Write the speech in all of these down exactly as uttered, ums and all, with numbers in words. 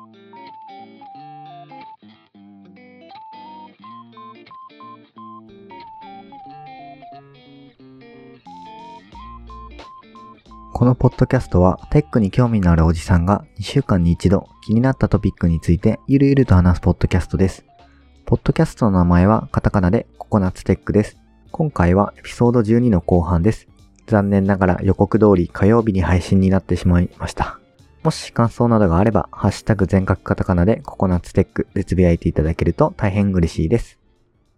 このポッドキャストはテックに興味のあるおじさんがにしゅうかんに一度気になったトピックについてゆるゆると話すポッドキャストです。ポッドキャストの名前はカタカナでココナッツテックです。今回はエピソードじゅうにの後半です。残念ながら予告通り火曜日に配信になってしまいました。もし感想などがあればハッシュタグ全角カタカナでココナッツテックでつぶやいていただけると大変嬉しいです。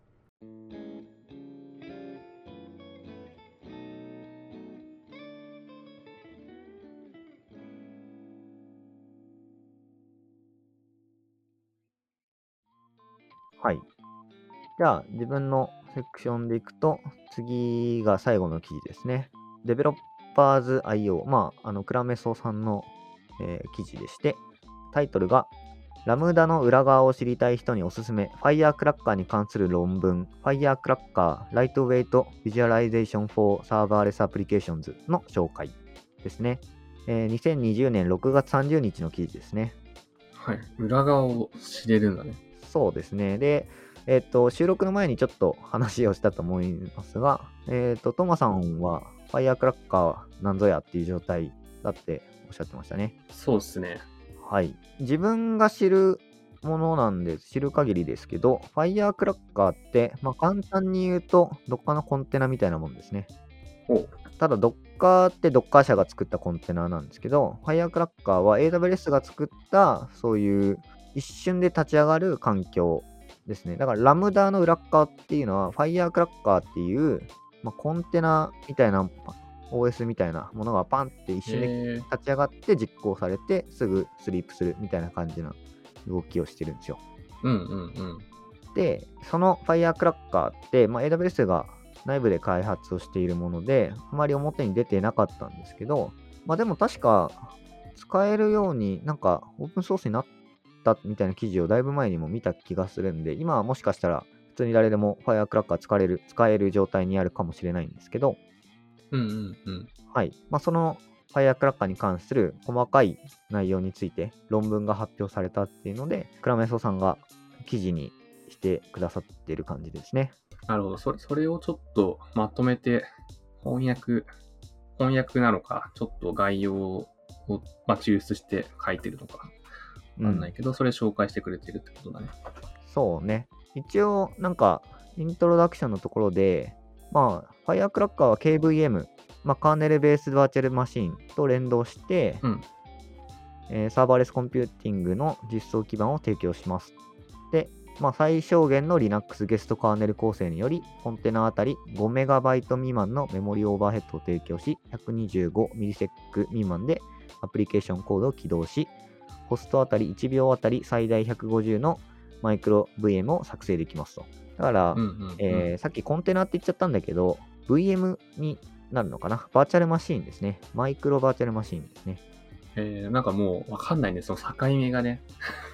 はい。じゃあ、自分のセクションでいくと、次が最後の記事ですね。デベロッパーズ アイオー。まあ、あの、クラメソさんの、えー記事でして、タイトルが、ラムダの裏側を知りたい人におすすめ、Firecracker に関する論文、Firecracker Lightweight Visualization for Serverless Applications の紹介ですね。えーにせんにじゅうねんろくがつさんじゅうにちの記事ですね。 はい。裏側を知れるんだね。 そうですね。で、えっ、と、収録の前にちょっと話をしたと思いますが、えっ、と、トマさんは、ファイヤークラッカーなんぞやっていう状態だっておっしゃってましたね。 そうですね。 はい。自分が知るものなんです、知る限りですけど、ファイヤークラッカーって、まあ、簡単に言うと、どっかのコンテナみたいなもんですね。 おただ、Docker って Docker 社が作ったコンテナなんですけど、Firecracker は エーダブリューエス が作ったそういう一瞬で立ち上がる環境ですね。だからラムダの裏側っていうのは Firecracker っていう、まあ、コンテナみたいな オーエス みたいなものがパンって一瞬でへえ。 立ち上がって実行されてすぐスリープするみたいな感じな動きをしてるんですよ。 うんうんうん。 で、その Firecracker って、まあ、エーダブリューエス が内部で開発をしているもので、あまり表に出てなかったんですけど、まあでも確か使えるようになんかオープンソースになったみたいな記事をだいぶ前にも見た気がするんで、今はもしかしたら普通に誰でも Firecracker 使える、使える状態にあるかもしれないんですけど、 うんうんうん。 はい。まあその Firecracker に関する細かい内容について論文が発表されたっていうので、クラメソさんが記事にしてくださっている感じですね。 なるほど。それ、それをちょっとまとめて、翻訳、翻訳なのか、ちょっと概要を、まあ、抽出して書いてるのか、わかんないけど、それ紹介してくれてるってことだね。 そうね。一応、なんか、イントロダクションのところで、まあ、Firecracker は ケーブイエム、まあ、カーネルベースバーチャルマシンと連動して、 うん。 えーサーバーレスコンピューティングの実装基盤を提供します。で、まあ、最小限の Linux ゲストカーネル構成により、コンテナあたり ごメガバイト 未満のメモリオーバーヘッドを提供し、ひゃくにじゅうごミリセック未満でアプリケーションコードを起動し、ホストあたりいちびょうあたり最大ひゃくごじゅうのマイクロ ブイエム を作成できますと。だから、 うんうんうん。 えーさっきコンテナって言っちゃったんだけど、ブイエム になるのかな。バーチャルマシーンですね。マイクロバーチャルマシーンですね。 えー、なんかもうわかんないね、その境目がね。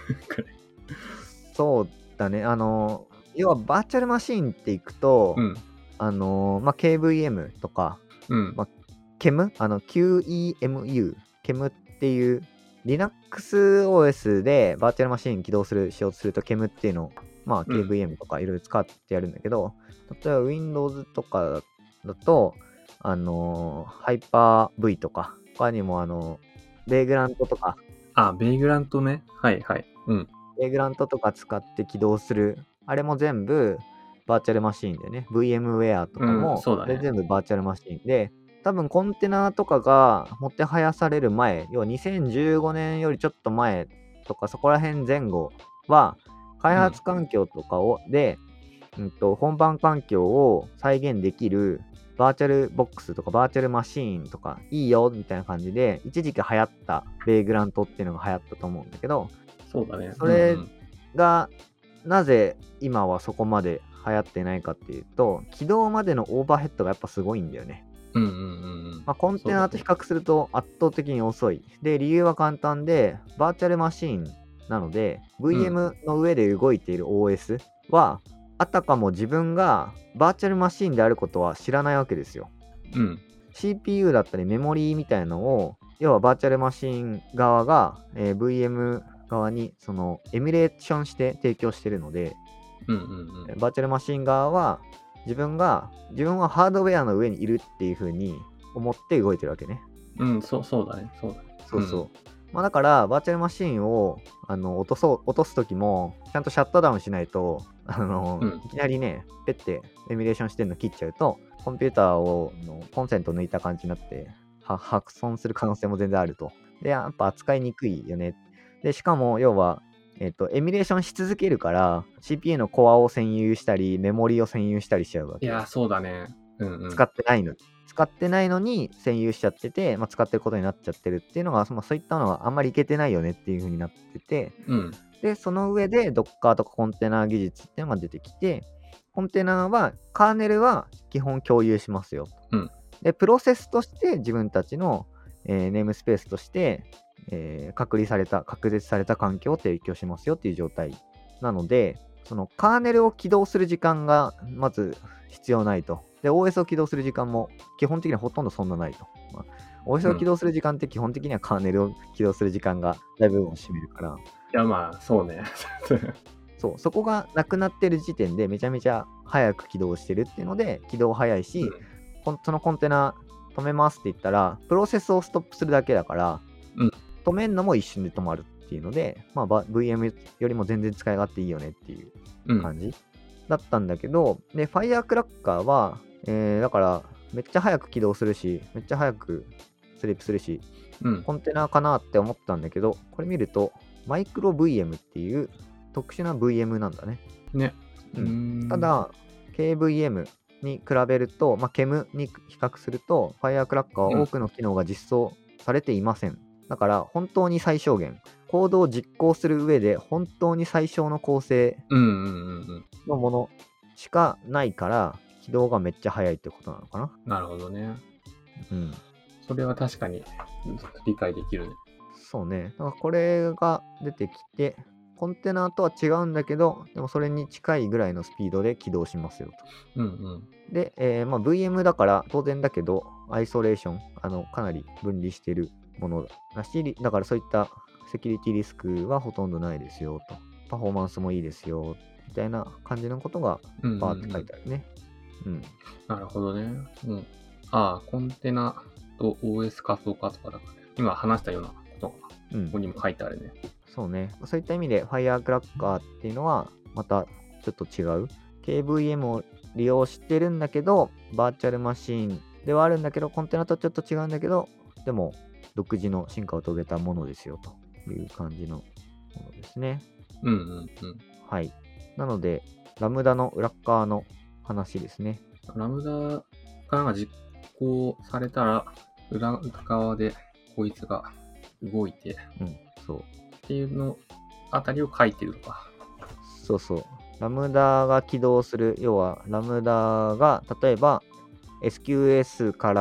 そうだね。あの、要はバーチャルマシーンっていくと、 うん。 あの、まあ、ケーブイエム とか、 うん。 まあ、ケム、あの、キューイーエムユー、ケムっていう、LinuxOS でバーチャルマシーン起動する、しようとすると ケムっていうのを、まあ、 うんケーブイエム とかいろいろ使ってやるんだけど、例えば Windows とかだと、あの、ハイパー V とか、他にもあの、ベーグラントとか、 あ、ベイグラントね。はいはい。うん。 ベーグラントとか使って起動する、あれも全部バーチャルマシーンでね、VMware とかうん、 も、 そうだね。 あれ全部バーチャルマシーンで、多分コンテナとかがもてはやされる前、要はにせんじゅうごねんよりちょっと前とかそこら辺前後は、開発環境とかを、で、うんと、本番環境を再現できるバーチャルボックスとかバーチャルマシーンとかいいよみたいな感じで、一時期流行ったベーグラントっていうのが流行ったと思うんだけど、 そうだね。 それうんうんがなぜ今はそこまで流行ってないかっていうと、起動までのオーバーヘッドがやっぱすごいんだよね。 うんうんうんうん。 まあ、コンテナと比較すると圧倒的に遅い。で、理由は簡単で、バーチャルマシーンなので、ブイエム の上で動いている オーエス は、あたかも自分がバーチャルマシーンであることは知らないわけですよ。 うん。 シーピーユー だったりメモリーみたいのを、要はバーチャルマシーン側が、えー ブイエム側にそのエミュレーションして提供してるので、 うんうんうん。 バーチャルマシン側は自分が自分はハードウェアの上にいるっていう風に思って動いてるわけね。 うん、そう、そうだね。そうだね。 そうそう。まあだからバーチャルマシンをあの落とそう落とす時もちゃんとシャットダウンしないとあの、 うんいきなりねペッてエミュレーションしてるの切っちゃうとコンピューターをのコンセント抜いた感じになっては破損する可能性も全然あると。でやっぱ扱いにくいよね。でしかも要はえっと、エミュレーションし続けるから シーピーユー のコアを占有したりメモリを占有したりしちゃうわけ。 いや、そうだね。うんうん。 使ってないの使ってないのに占有しちゃってて、まあ、使ってることになっちゃってるっていうのが、まあ、そういったのはあんまりいけてないよねっていう風になってて、 うん。 でその上で Docker とかコンテナ技術っていうのが出てきて、コンテナはカーネルは基本共有しますよ、 うん、 でプロセスとして自分たちの、えー、ネームスペースとしてえー、隔離された、隔絶された環境を提供しますよっていう状態なので、そのカーネルを起動する時間がまず必要ないと。で、オーエス を起動する時間も基本的にはほとんどそんなないと。まあ、オーエス を起動する時間って基本的にはカーネルを起動する時間が大部分を占めるから。いや、まあ、そうね。 そう、そこがなくなってる時点でめちゃめちゃ早く起動してるっていうので、起動早いし、うん、そのコンテナ止めますって言ったら、プロセスをストップするだけだから、 うん、 止めんのも一瞬で止まるっていうので、まあ、ブイエム よりも全然使い勝手いいよねっていう感じ、うん、だったんだけど、で、Firecracker は、えー、だからめっちゃ早く起動するし、めっちゃ早くスリープするし、うん、コンテナかなって思ったんだけど、これ見ると、マイクロ ブイエム っていう特殊な ブイエム なんだね。 ね。 うん、ただ、ケーブイエム に比べると、まあ、ケム に比較すると、Firecracker は多くの機能が実装されていません。うん、だから本当に最小限、コードを実行する上で本当に最小の構成のものしかないから、起動がめっちゃ早いってことなのかな。 なるほどね。 うん。 それは確かに理解できるね。 そうね。だからこれが出てきて、コンテナとは違うんだけど、でもそれに近いぐらいのスピードで起動しますよと。 うんうん。 で、えーまあ、ブイエム だから当然だけど、アイソレーション、あのかなり分離してるものだし、だからそういったセキュリティリスクはほとんどないですよと。パフォーマンスもいいですよ、みたいな感じのことがバーって書いてあるね。うん、うんうん。 なるほどね。うん。ああ、コンテナと オーエス 仮想化とかだからね。今話したようなことが、うん、ここにも書いてあるね。 そうね。そういった意味で Firecracker っていうのはまたちょっと違う。ケーブイエム を利用してるんだけど、バーチャルマシーンではあるんだけど、コンテナとちょっと違うんだけど、でも独自の進化を遂げたものですよという感じのものですね。 うんうんうん。 はい。なので、ラムダの裏側の話ですね。 ラムダが実行されたら、裏側でこいつが動いて、 うん、そう。 っていうのあたりを書いてるのか。 そうそう。ラムダが起動する、要はラムダが例えば エスキューエス から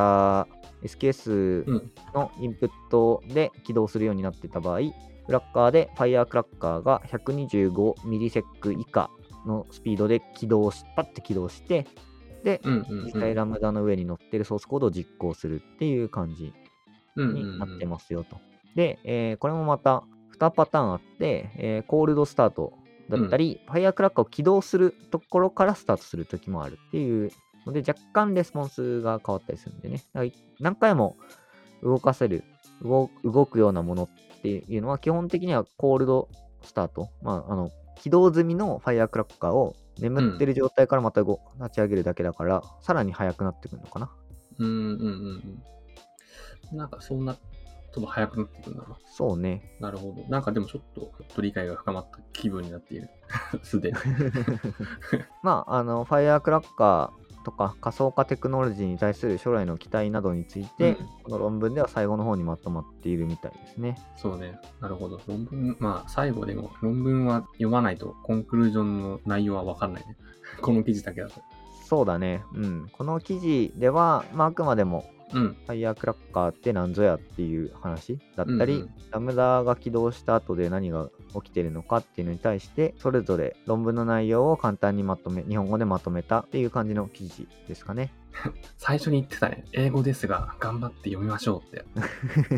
エスキューエス のインプットで起動するようになってた場合、うん、裏側で Firecracker がひゃくにじゅうごミリセック以下のスピードで起動し、パッて起動して、で、うんうんうん、実際ラムダの上に乗ってるソースコードを実行するっていう感じになってますよと。うんうんうん、で、えー、これもまたにパターンあって、えー、コールドスタートだったり、うん、Firecracker を起動するところからスタートするときもあるっていうので、若干レスポンスが変わったりするんでね。何回も動かせる動、動くようなものっていうのは、基本的にはコールドスタート。まあ、あの、起動済みの Firecracker を眠ってる状態からまた立ち上げるだけだから、うん、さらに速くなってくるのかな。 うんうんうんうん。なんかそんな、ちょっと速くなってくるんだな。 そうね。 なるほど。なんかでもちょっと、ちょっと理解が深まった気分になっている。すでに。 まあ、あの、Firecracker とか仮想化テクノロジーに対する将来の期待などについて、うん、この論文では最後の方にまとまっているみたいですね。 そうね。なるほど。論文、まあ、最後でも論文は読まないとコンクルージョンの内容は分かんないね。この記事だけだと。 そうだね。うん。この記事では、まあ、あくまでもうん。 ファイヤークラッカーって何ぞやっていう話だったり、 うんうんラムダが起動した後で何が起きてるのかっていうのに対して、それぞれ論文の内容を簡単にまとめ、日本語でまとめたっていう感じの記事ですかね。 最初に言ってたね。英語ですが、頑張って読みましょうって。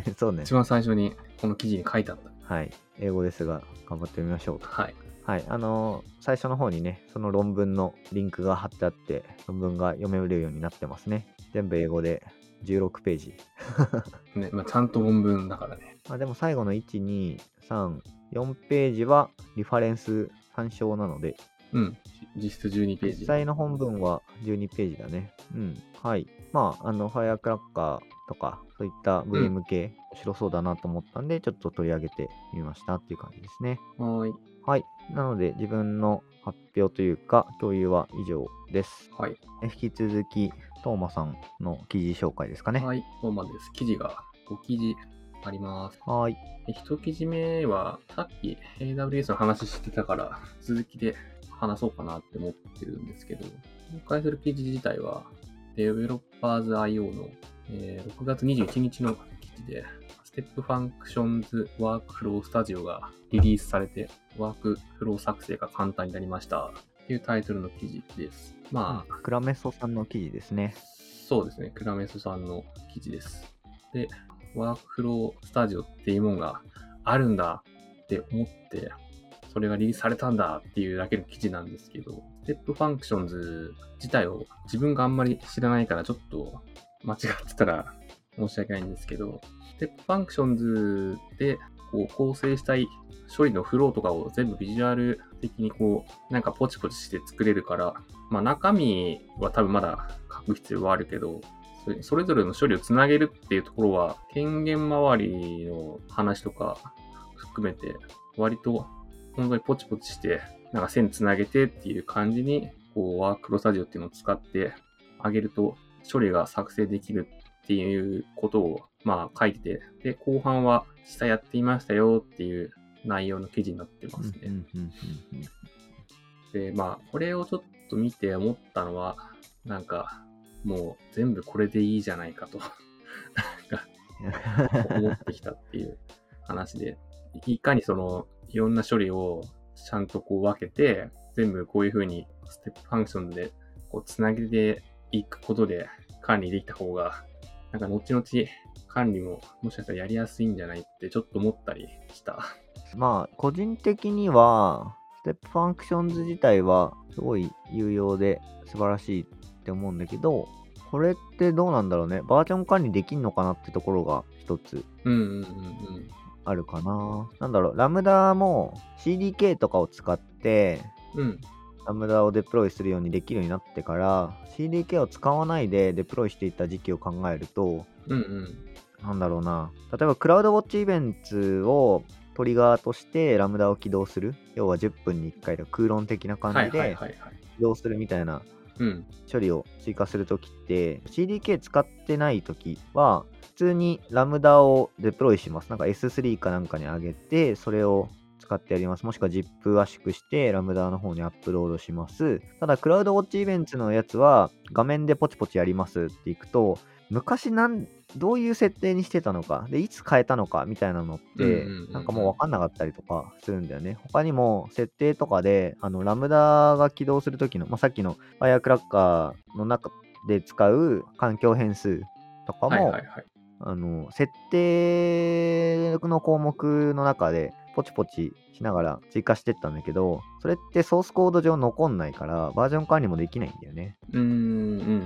そうね一。番最初にこの記事に書いてあった。 はい。英語ですが、頑張ってみましょうと。 はい。 はい。あのー最初の方にね、その論文のリンクが貼ってあって、論文が読めるようになってますね。全部英語でじゅうろくページ。 ね、まあ、ちゃんと論文だからね。 まあでも最後のいち、に、さん、よんページはリファレンス参照なので、 うん。実質じゅうにページ。 実際の本文はじゅうにページだね。うん。はい。まあ、あの、ファイアークラッカーとか、そういった ブイエム 系、面白そうだなと思ったんで、ちょっと取り上げてみましたっていう感じですね。 はーい。 はい。なので、自分の発表というか、共有は以上です。 はい。 え引き続き、トーマさんの記事紹介ですかね。 はい。そうまです。記事がご記事あります。 はい。 で一記事目は、さっき エーダブリューエス の話してたから、続きで話そうかなって思ってるんですけど、紹介する記事自体は、Developers アイオー の、えーろくがつにじゅういちにちの記事で、Step Functions Workflow Studio がリリースされて、ワークフロー作成が簡単になりましたっていうタイトルの記事です。まあ、 クラメソさんの記事ですね。 そうですね。クラメソさんの記事です。で、ワークフロースタジオっていうものがあるんだって思って、それがリリースされたんだっていうだけの記事なんですけど、ステップファンクションズ自体を自分があんまり知らないからちょっと間違ってたら申し訳ないんですけど、ステップファンクションズでこう構成したい処理のフローとかを全部ビジュアル的にこうなんかポチポチして作れるから、まあ中身は多分まだ書く必要はあるけど、それそれぞれの処理をつなげるっていうところは権限周りの話とか含めて割と本当にポチポチしてなんか線つなげてっていう感じにこうワークフロースタジオっていうのを使ってあげると処理が作成できるっていうことをまあ書いてて、で後半は実際やっていましたよっていう内容の記事になってますね。 うんうんうんうんで、まあ、これをちょっと見て思ったのは、なんか、もう全部これでいいじゃないかとなんか思ってきたっていう話で、いかにその、いろんな処理をちゃんとこう分けて、全部こういう風にステップファンクションでこうつなげていくことで管理できた方が、なんか後々管理ももしかしたらやりやすいんじゃないってちょっと思ったりした。 まあ、個人的には、ステップファンクションズ自体はすごい有用で素晴らしいって思うんだけど、これってどうなんだろうね。バージョン管理できんのかなってところが一つうんうんうんうん。 あるかな。なんだろう、ラムダも シーディーケー とかを使って、 うん。 ラムダをデプロイするようにできるようになってから、シーディーケー を使わないでデプロイしていった時期を考えると、 うんうん。 なんだろうな。例えば、クラウドウォッチイベントをトリガーとしてラムダを起動する。要はじゅっぷんにいっかいで空論的な感じはいはいではいはい。 起動するみたいなうん。 処理を追加するときって、シーディーケー 使ってないときは、普通にラムダをデプロイします。なんか エススリー かなんかに上げて、それを使ってやります。もしくは ジップ 圧縮してラムダの方にアップロードします。ただ、クラウドウォッチイベントのやつは画面でポチポチやりますっていくと、昔なんどういう設定にしてたのか、で、いつ変えたのかみたいなのって、なんかもう分かんなかったりとかするんだよね。他にも設定とかで、あの、ラムダが起動するときの、まあ、さっきの Firecracker の中で使う環境変数とかも、 はいはいはい。 あの、設定の項目の中でポチポチしながら追加してったんだけど、それってソースコード上残んないから、バージョン管理もできないんだよね。 うーん、うんうんうん。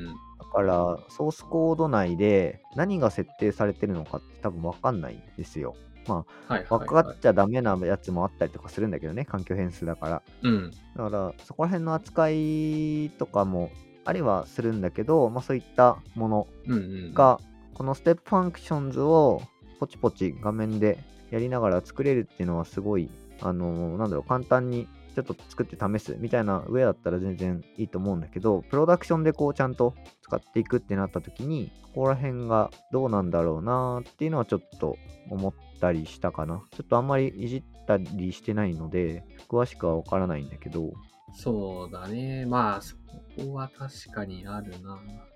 だから、ソースコード内で何が設定されてるのかって多分分かんないんですよ。まあ、 はいはい分はい。 かっちゃダメなやつもあったりとかするんだけどね、環境変数だから。 うん。 だから、そこら辺の扱いとかもありはするんだけど、まあそういったものうんうん。 が、このステップファンクションズをポチポチ画面でやりながら作れるっていうのはすごい、あのーなんだろう、簡単にちょっと作って試すみたいな上だったら全然いいと思うんだけど、プロダクションでこうちゃんと使っていくってなった時に、ここら辺がどうなんだろうなっていうのはちょっと思ったりしたかな。ちょっとあんまりいじったりしてないので、詳しくはわからないんだけど、 そうだね。まあ、そこは確かにあるな。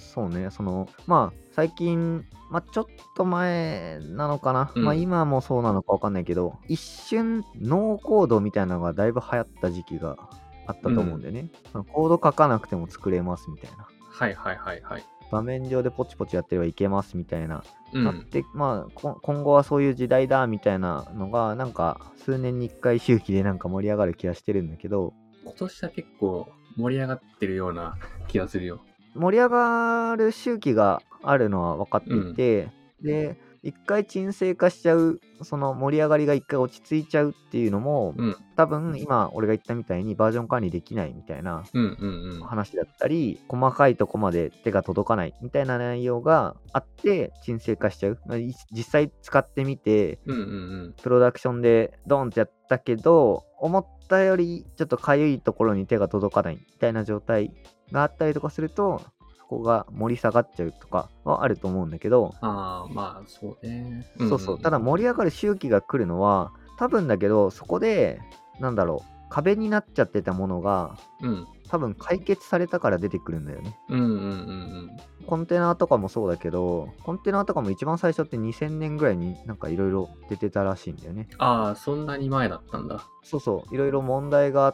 そうね、その、まあ、最近、まあ、ちょっと前なのかな。 うんまあ、今もそうなのかわかんないけど、一瞬、ノーコードみたいなのがだいぶ流行った時期があったと思うんでね。そのコード書かなくても作れますみたいな。 はいはいはいはい。 画面上でポチポチやってればいけますみたいな。 うん。 なって、まあ、こ今後はそういう時代だみたいなのが、なんか、数年に一回周期でなんか盛り上がる気がしてるんだけど、 今年は結構盛り上がってるような気がするよ。 盛り上がる周期があるのは分かっていて、で、一回沈静化しちゃう、その盛り上がりが一回落ち着いちゃうっていうのも、 うん。 多分今俺が言ったみたいにバージョン管理できないみたいなうんうんうん。 話だったり、細かいとこまで手が届かないみたいな内容があって沈静化しちゃう。まあい実際使ってみて、 うんうんうん。 プロダクションでドンってやったけど、思ったよりちょっとかゆいところに手が届かないみたいな状態があったりとかすると、そこが盛り下がっちゃうとかはあると思うんだけど、 ああ、まあそうね。 そうそう。ただ盛り上がる周期が来るのは、多分だけど、そこで、なんだろう、壁になっちゃってたものが、 うん。 多分解決されたから出てくるんだよね。 うんうんうんうん。 コンテナとかもそうだけど、コンテナとかも一番最初ってにせんねんぐらいになんかいろいろ出てたらしいんだよね。 ああ、そんなに前だったんだ。 そうそう、いろいろ問題があって、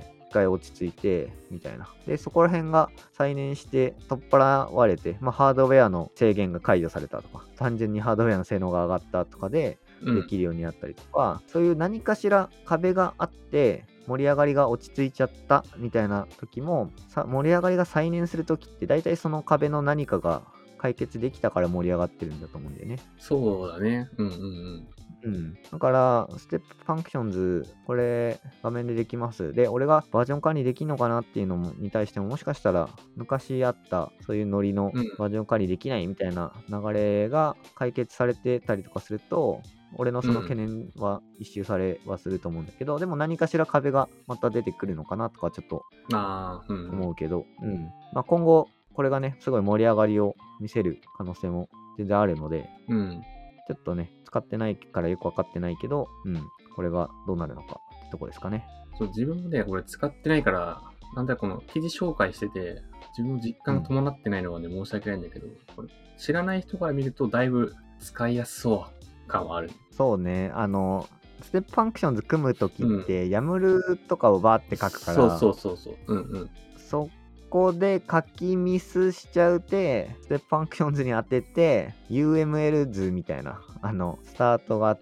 一回落ち着いて、みたいな。で、そこら辺が再燃して取っ払われて、まあ、ハードウェアの制限が解除されたとか、単純にハードウェアの性能が上がったとかで、 うんできるようになったりとか、そういう何かしら壁があって、盛り上がりが落ち着いちゃったみたいな時も、さ盛り上がりが再燃する時って、大体その壁の何かが解決できたから盛り上がってるんだと思うんだよね。 そうだね。うんうんうん。 うん。だから、ステップファンクションズ、これ、画面でできます。で、俺がバージョン管理できんのかなっていうのもに対しても、もしかしたら、昔あった、そういうノリのうんバージョン管理できないみたいな流れが解決されてたりとかすると、俺のその懸念は一周されはすると思うんだけど、でも何かしら壁がまた出てくるのかなとかちょっとああ、うん。 思うけど、うん。まあ、今後、これがね、すごい盛り上がりを見せる可能性も全然あるので、 うん。 ちょっとね、使ってないからよくわかってないけど、うん、これがどうなるのかってとこですかね。 そう、自分もね、これ使ってないから、なんだこの記事紹介してて、自分の実感が伴ってないのはね、申し訳ないんだけど、これ知らない人から見るとだいぶ使いやすそう感はある。 そうね、あの、ステップファンクションズ組むときって、ヤムルとかをバーって書くから、 そうそうそうそう。うんうん。 そこで書きミスしちゃうて、ステップファンクションズに当てて、ユーエムエル 図みたいな、あの、スタートがあって、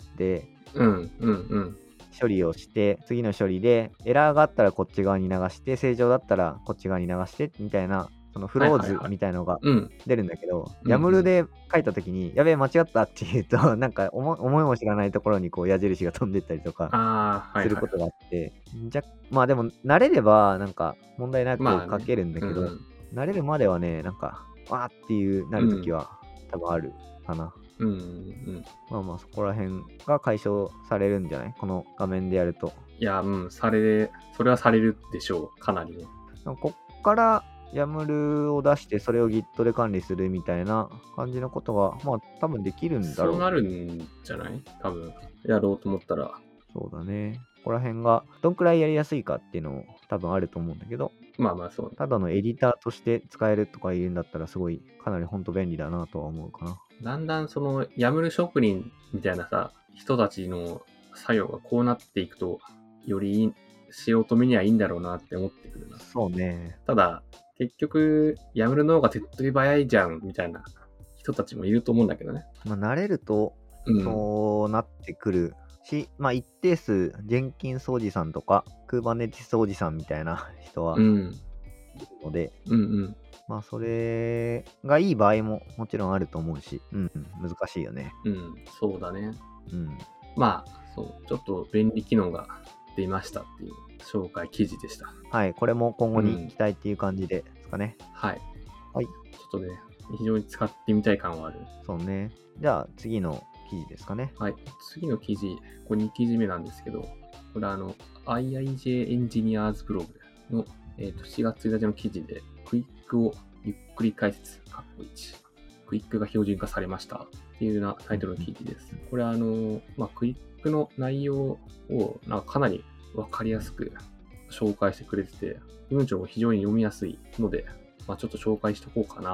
うんうんうん。 処理をして、次の処理で、エラーがあったらこっち側に流して、正常だったらこっち側に流して、みたいな、そのフローズみたいなのがうん。 出るんだけど、 うんヤムルで書いたときに、やべえ、間違ったって言うと、なんか思思いも知らないところにこう矢印が飛んでったりとかああ、はい、はい。 することがあって、じゃまあでも、慣れれば、なんか問題なくまあね書けるんだけど、 うん慣れるまではね、なんか、わーっていうなるときは、多分あるかな。 うんうん。 まあまあ、そこら辺が解消されるんじゃないこの画面でやると。 いや、うん、され、それはされるでしょう。かなりね。 でもこっからヤムルを出してそれを Git で管理するみたいな感じのことがまあ多分できるんだろう。 そうなるんじゃない多分。やろうと思ったら。 そうだね。ここら辺がどんくらいやりやすいかっていうのも多分あると思うんだけど、 まあまあそうね。 ただのエディターとして使えるとか言うんだったらすごいかなりほんと便利だなとは思うかな。 だんだんその、ヤムル職人みたいなさ、人たちの作業がこうなっていくと、より仕事目にはいいんだろうなって思ってくるな。 そうね。 ただ、結局、ヤムルの方が手っ取り早いじゃん、みたいな人たちもいると思うんだけどね。 まあ慣れるとうん。 そうなってくるし、まあ一定数ジェンキンスおじさんとか Kubernetes おじさんみたいな人はうん。 いるので、 うんうん。 まあそれがいい場合ももちろんあると思うし、うん、難しいよね。 うん。そうだね。 うん。 まあ、そう。ちょっと便利機能が出ましたっていう紹介記事でした。 はい、これも今後に期待っていう感じですかね。 はい。 はい。 ちょっとね、非常に使ってみたい感はある。 そうね。じゃあ次の記事ですかね。 はい。次の記事、これに記事目なんですけど、これあの、アイアイジェー エンジニアーズブログの、えー、としがつついたちの記事で、クイックをゆっくり解説、カッコいち。クイックが標準化されましたっていうようなタイトルの記事です。これはあの、まあ、クイックの内容をなんかかなりわかりやすく紹介してくれてて、文章も非常に読みやすいので、まあ、ちょっと紹介しとこうかな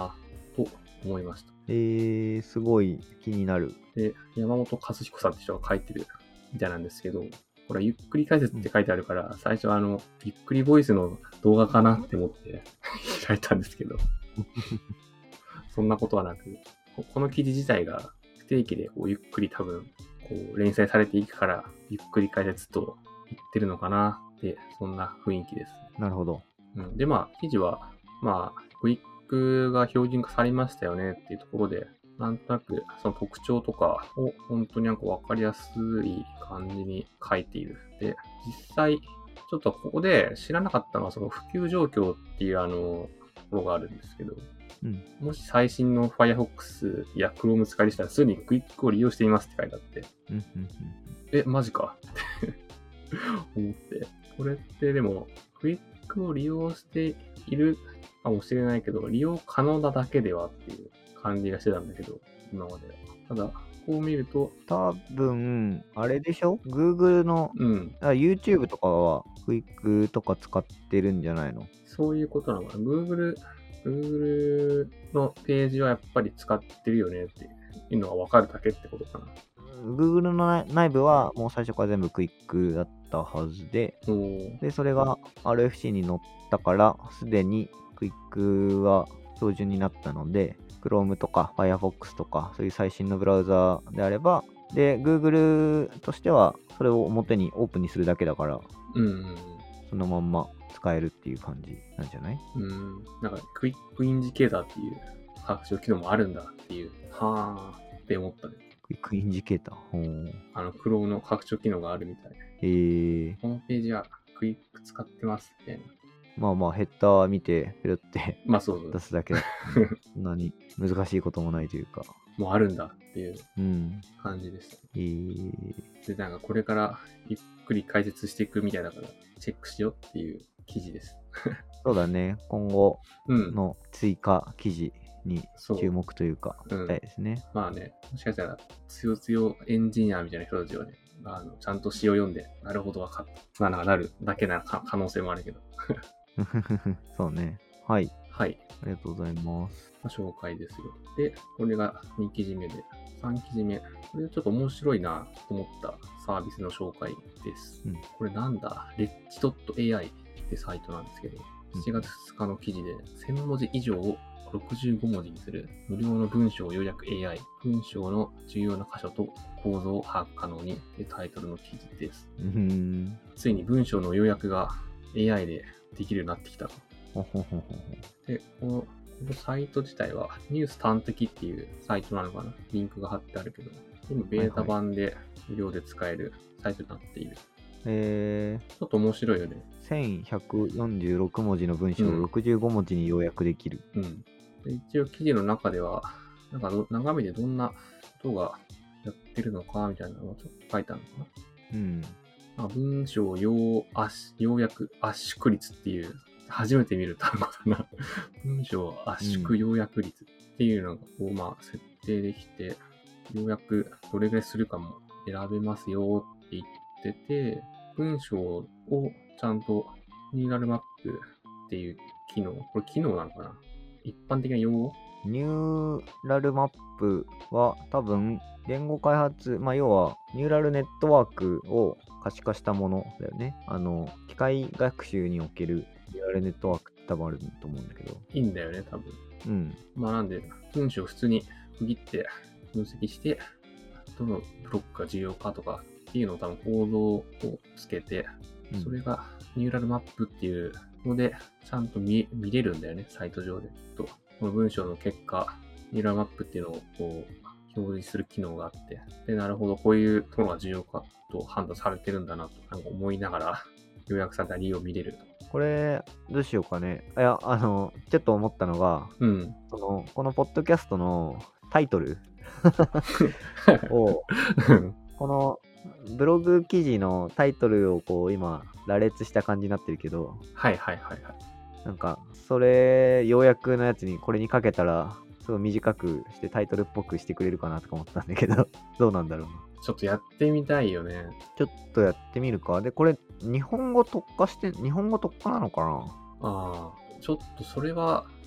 と思いました。 えー、すごい気になる。 で、山本和彦さんって人が書いてるみたいなんですけど、これゆっくり解説って書いてあるから、うん、最初はあの、ゆっくりボイスの動画かなって思って開いたんですけど、そんなことはなく、この記事自体が不定期でこうゆっくり多分こう連載されていくから、ゆっくり解説と言ってるのかなって、そんな雰囲気です。 なるほど。 うん、で、まあ、記事は、まあ、クイックが標準化されましたよねっていうところで、なんとなくその特徴とかを本当になんかわかりやすい感じに書いている。で、実際、ちょっとここで知らなかったのは、その普及状況っていうあの、ところがあるんですけど、 うん、 もし最新の Firefox や Chrome 使いでしたら、すでにクイックを利用していますって書いてあって、 うんうんうん、 え、マジかって思って、これってでも、クイックを利用しているかもしれないけど、利用可能なだけではっていう感じがしてたんだけど、今まで。ただ、こう見ると、 多分、あれでしょ ?Google の、 うん、 あ YouTube とかはクイックとか使ってるんじゃないの？ そういうことなのかな。Google、Google のページはやっぱり使ってるよねっていうのがわかるだけってことかな。 Google の内部はもう最初から全部クイックだったはずで、で、それが アールエフシー に載ったから、すでにクイックは標準になったので、Chrome とか Firefox とか、そういう最新のブラウザであれば、で、Google としては、それを表にオープンにするだけだから、 うん、 そのまんま使えるっていう感じなんじゃない？ うん。なんか、クイックインジケーターっていう拡張機能もあるんだっていう、はーって思ったね。 クイックインジケーター。ほう。 あの、Chrome の拡張機能があるみたい。 へー。 ホームページはクイック使ってますみたいな。 まあまあ、ヘッダー見て、ペロってまあそうそう。 出すだけだ。そんなに難しいこともないというか。 もうあるんだっていううん。 感じでした。 えー、 で、なんかこれからゆっくり解説していくみたいだから、チェックしようっていう記事です。 そうだね。今後うん。 の追加記事にそう注目というか、 うんしたいですね。 まあね、もしかしたら、つよつよエンジニアみたいな人たちはね、あのちゃんと詩を読んで、なるほど分かった。まあ、なるだけなか可能性もあるけど。 そうね。はい。 はい。 ありがとうございます。 まあ、紹介ですよ。で、これがに記事目で、さん記事目。これちょっと面白いなと思ったサービスの紹介です。 うん、 これなんだ レッジドットエーアイ ってサイトなんですけど、しちがつふつかの記事でせん文字以上をろくじゅうご文字にする無料の文章要約 エーアイ、文章の重要な箇所と構造を把握可能にってタイトルの記事です。 うーん。 ついに文章の要約が エーアイ でできるようになってきたと。 ほほほほほ。 で、この、このサイト自体はニュース端的っていうサイトなのかな。リンクが貼ってあるけど、今ベータ版で無料で使えるサイトになっている。 えー、 ちょっと面白いよね。 せんひゃくよんじゅうろく文字の文章をろくじゅうご文字に要約できる。 うん。で一応記事の中では、なんか中身でどんなことがやってるのかみたいなのがちょっと書いてあるのかな。 うん。 まあ、文章要圧要約圧縮率っていう、初めて見る単語だな。文章圧縮要約率っていうのをまあ設定できて、要約どれぐらいするかも選べますよって言ってて、文章をちゃんとニューラルマップっていう機能、これ機能なのかな？一般的な用語？ ニューラルマップは多分言語開発、まあ要はニューラルネットワークを可視化したものだよね。あの、機械学習におけるニューラルネットワークって多分あると思うんだけど。 いいんだよね、多分。 うん。 まあなんで、文章を普通に区切って分析して、どのブロックが重要かとかっていうのを多分構造をつけて、それがニューラルマップっていうので、ちゃんと 見, 見れるんだよね、サイト上で。とこの文章の結果、ニューラルマップっていうのをこう表示する機能があって、で、なるほど、こういうところが重要かと判断されてるんだなとなんか思いながら、要約された理由を見れる。 これ、どうしようかね。いや、あの、ちょっと思ったのが、 うん。 そのこのポッドキャストのタイトルを、このブログ記事のタイトルをこう今、羅列した感じになってるけど、 はいはいはいはい。 なんか、それ、要約のやつにこれにかけたら、すごい短くしてタイトルっぽくしてくれるかなとか思ったんだけど、どうなんだろうな。 ちょっとやってみたいよね。 ちょっとやってみるか。で、これ、日本語特化して、日本語特化なのかな？ ああ、ちょっとそれは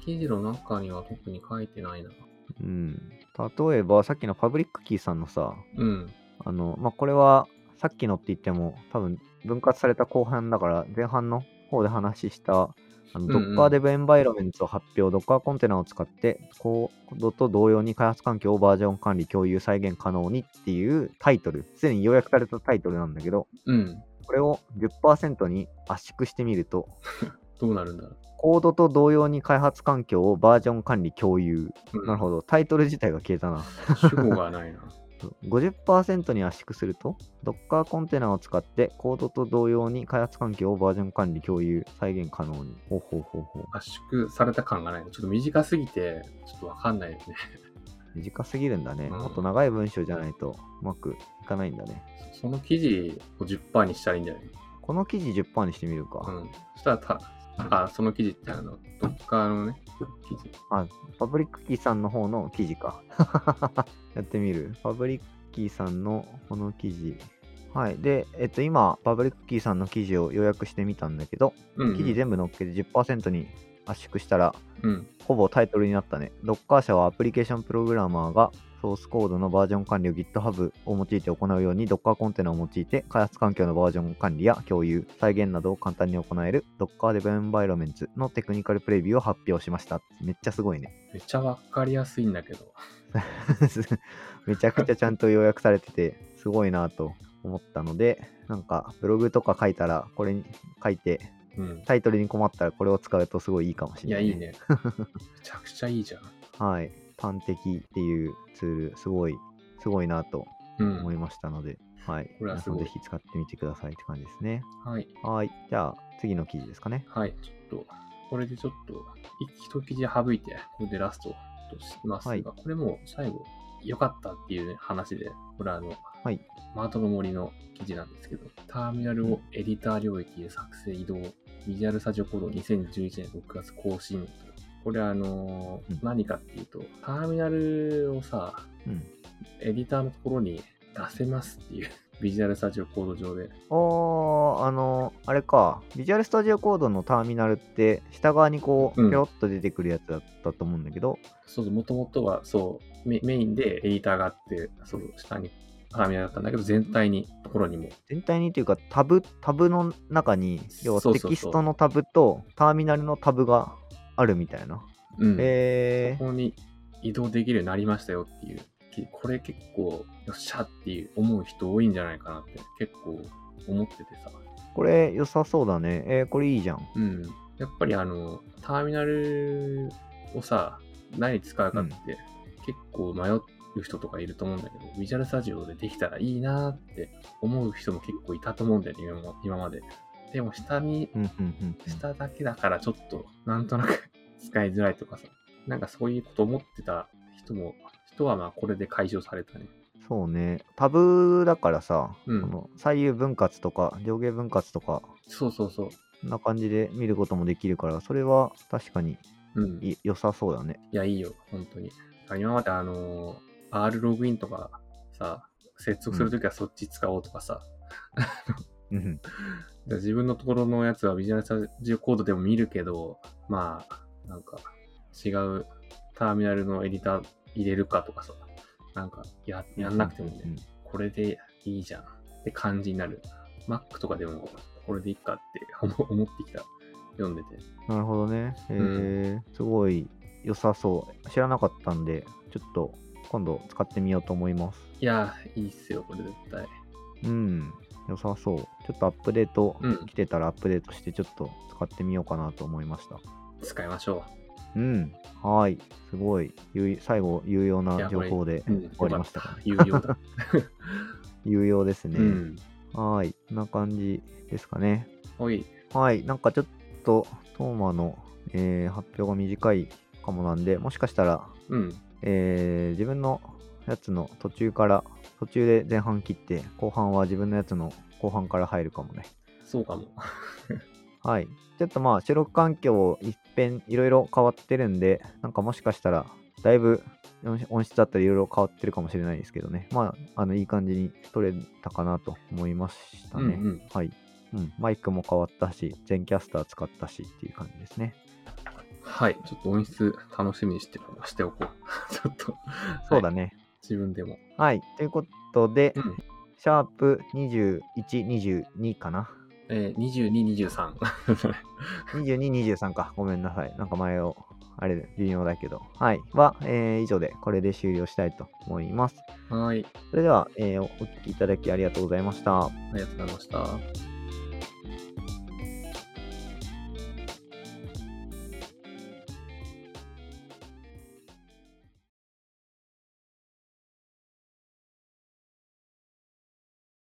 記事の中には特に書いてないな。 うん。例えば、さっきのパブリックキーさんのさ、 うん。 あの、まあ、これは、さっきのって言っても、多分、分割された後半だから、前半の方で話した、あの、 うんうん Docker Dev Environments を発表、Docker コンテナを使って、コードと同様に開発環境をバージョン管理、共有、再現可能にっていうタイトル、すでに要約されたタイトルなんだけど、 うん。 これを じゅっパーセント に圧縮してみると、 どうなるんだろう。 コードと同様に開発環境をバージョン管理共有。 うん、 なるほど。タイトル自体が消えたな。 主語がないな。 ごじゅっパーセント に圧縮すると、Docker コンテナを使ってコードと同様に開発環境をバージョン管理共有、再現可能に。ほうほうほうほう。 圧縮された感がない。ちょっと短すぎて、ちょっとわかんないよね。 短すぎるんだね、 うん。 もっと長い文章じゃないとうまくいかないんだね。 その記事を じゅっパーセント にしたらいいんじゃない？ この記事 じゅっパーセント にしてみるか。 うん。そしたらた、あ、その記事ってあの、Docker のね、記事。 あ、パブリックキーさんの方の記事か。やってみる。パブリックキーさんのこの記事。はい。で、えっと、今、パブリックキーさんの記事を要約してみたんだけど、 うんうん、 記事全部載っけて じゅっパーセント に圧縮したら、 うん、 ほぼタイトルになったね。Docker 社はアプリケーションプログラマーがソースコードのバージョン管理を GitHub を用いて行うように Docker コンテナを用いて開発環境のバージョン管理や共有、再現などを簡単に行える Docker Dev Environments のテクニカルプレビューを発表しました。めっちゃすごいね。 めっちゃわかりやすいんだけど。 めちゃくちゃちゃんと要約されてて、すごいなと思ったので、なんかブログとか書いたら、これに書いて、 うん、 タイトルに困ったらこれを使うとすごいいいかもしれない、 ね。いや、いいね。めちゃくちゃいいじゃん。 はい。端的っていうツール、すごい、すごいなと思いましたので、うん、はい。 これはすごい。 皆さんぜひ使ってみてくださいって感じですね。 はい。 はい。じゃあ、次の記事ですかね。 はい。ちょっと、これでちょっと、一記事省いて、これでラストとしますが、はい、これも最後、良かったっていう、ね、話で、これはあの、 はい、 マートの森の記事なんですけど、ターミナルをエディター領域で作成移動、ビジュアルスタジオコードにせんじゅういちねんろくがつ更新。これはあのーうん、何かっていうと、ターミナルをさ、うん、エディターのところに出せますっていう、ビジュアルスタジオコード上で。 おー、あのー、あれか、ビジュアルスタジオコードのターミナルって、下側にこう、ペロッと出てくるやつだったと思うんだけど。 うん、そうそう、もともとはそうメ、メインでエディターがあって、そう、下にターミナルだったんだけど、全体に、ところにも。 全体にっていうか、タブ、タブの中に、要はテキストのタブとターミナルのタブがあるみたいな。 うん。 えー、 そこに移動できるようになりましたよっていう。これ結構、よっしゃっていう思う人多いんじゃないかなって結構思っててさ。 これ良さそうだね。えー、これいいじゃん。 うん。やっぱりあの、ターミナルをさ、何使うかって、結構迷う人とかいると思うんだけど、ビジュアルスタジオでできたらいいなって思う人も結構いたと思うんだよね、今まで。でも下に、下だけだからちょっと、なんとなく使いづらいとかさ、なんかそういうこと思ってた人も、人はまあこれで解消されたね。 そうね。タブだからさ、 うん、 この左右分割とか上下分割とか、 そうそうそう。 こんな感じで見ることもできるから、それは確かにうん、 良さそうだね。 いや、いいよ、本当に。今まであのー、R ログインとかさ、接続するときはそっち使おうとかさ。 うん、 自分のところのやつはビジュアルスタジオコードでも見るけど、まあ、なんか違うターミナルのエディター入れるかとかさ、なんかや、やんなくてもね、うんうん、これでいいじゃんって感じになる。Mac とかでもこれでいいかって思ってきた。読んでて。 なるほどね。えー、うん、すごい良さそう。知らなかったんで、ちょっと今度使ってみようと思います。 いやー、いいっすよ、これ絶対。 うん、良さそう。ちょっとアップデート、うん、来てたらアップデートしてちょっと使ってみようかなと思いました。 使いましょう。うん。はい。すごい。最後、有用な情報で終わりましたかね。 有用だ。 有用ですね。 うん、 はい。こんな感じですかね。 はい。 はい。なんかちょっと、トーマの、えー、発表が短いかもなんで、もしかしたら、 うんえー、自分のやつの途中から、途中で前半切って、後半は自分のやつの後半から入るかもね。 そうかも。 はい。ちょっとまあ、収録環境一変いろいろ変わってるんで、なんかもしかしたら、だいぶ音質だったりいろいろ変わってるかもしれないですけどね。まあ、あの、いい感じに撮れたかなと思いましたね。 うんうん、 はい。うん。マイクも変わったし、全キャスター使ったしっていう感じですね。 ははい。ちょっと音質楽しみにしてしておこう。ちょっと、はい。 そうだね。 自分でも。 はい。ということで、 うん。 シャープにじゅういち、にじゅうにかな。 えー、にじゅうに、にじゅうさん。 にじゅうに、にじゅうさんか。ごめんなさい。なんか前を、あれ、微妙だけど。はい。は、えー以上でこれで終了したいと思います。 はい。 それでは、えーお聞きいただきありがとうございました。 ありがとうございました。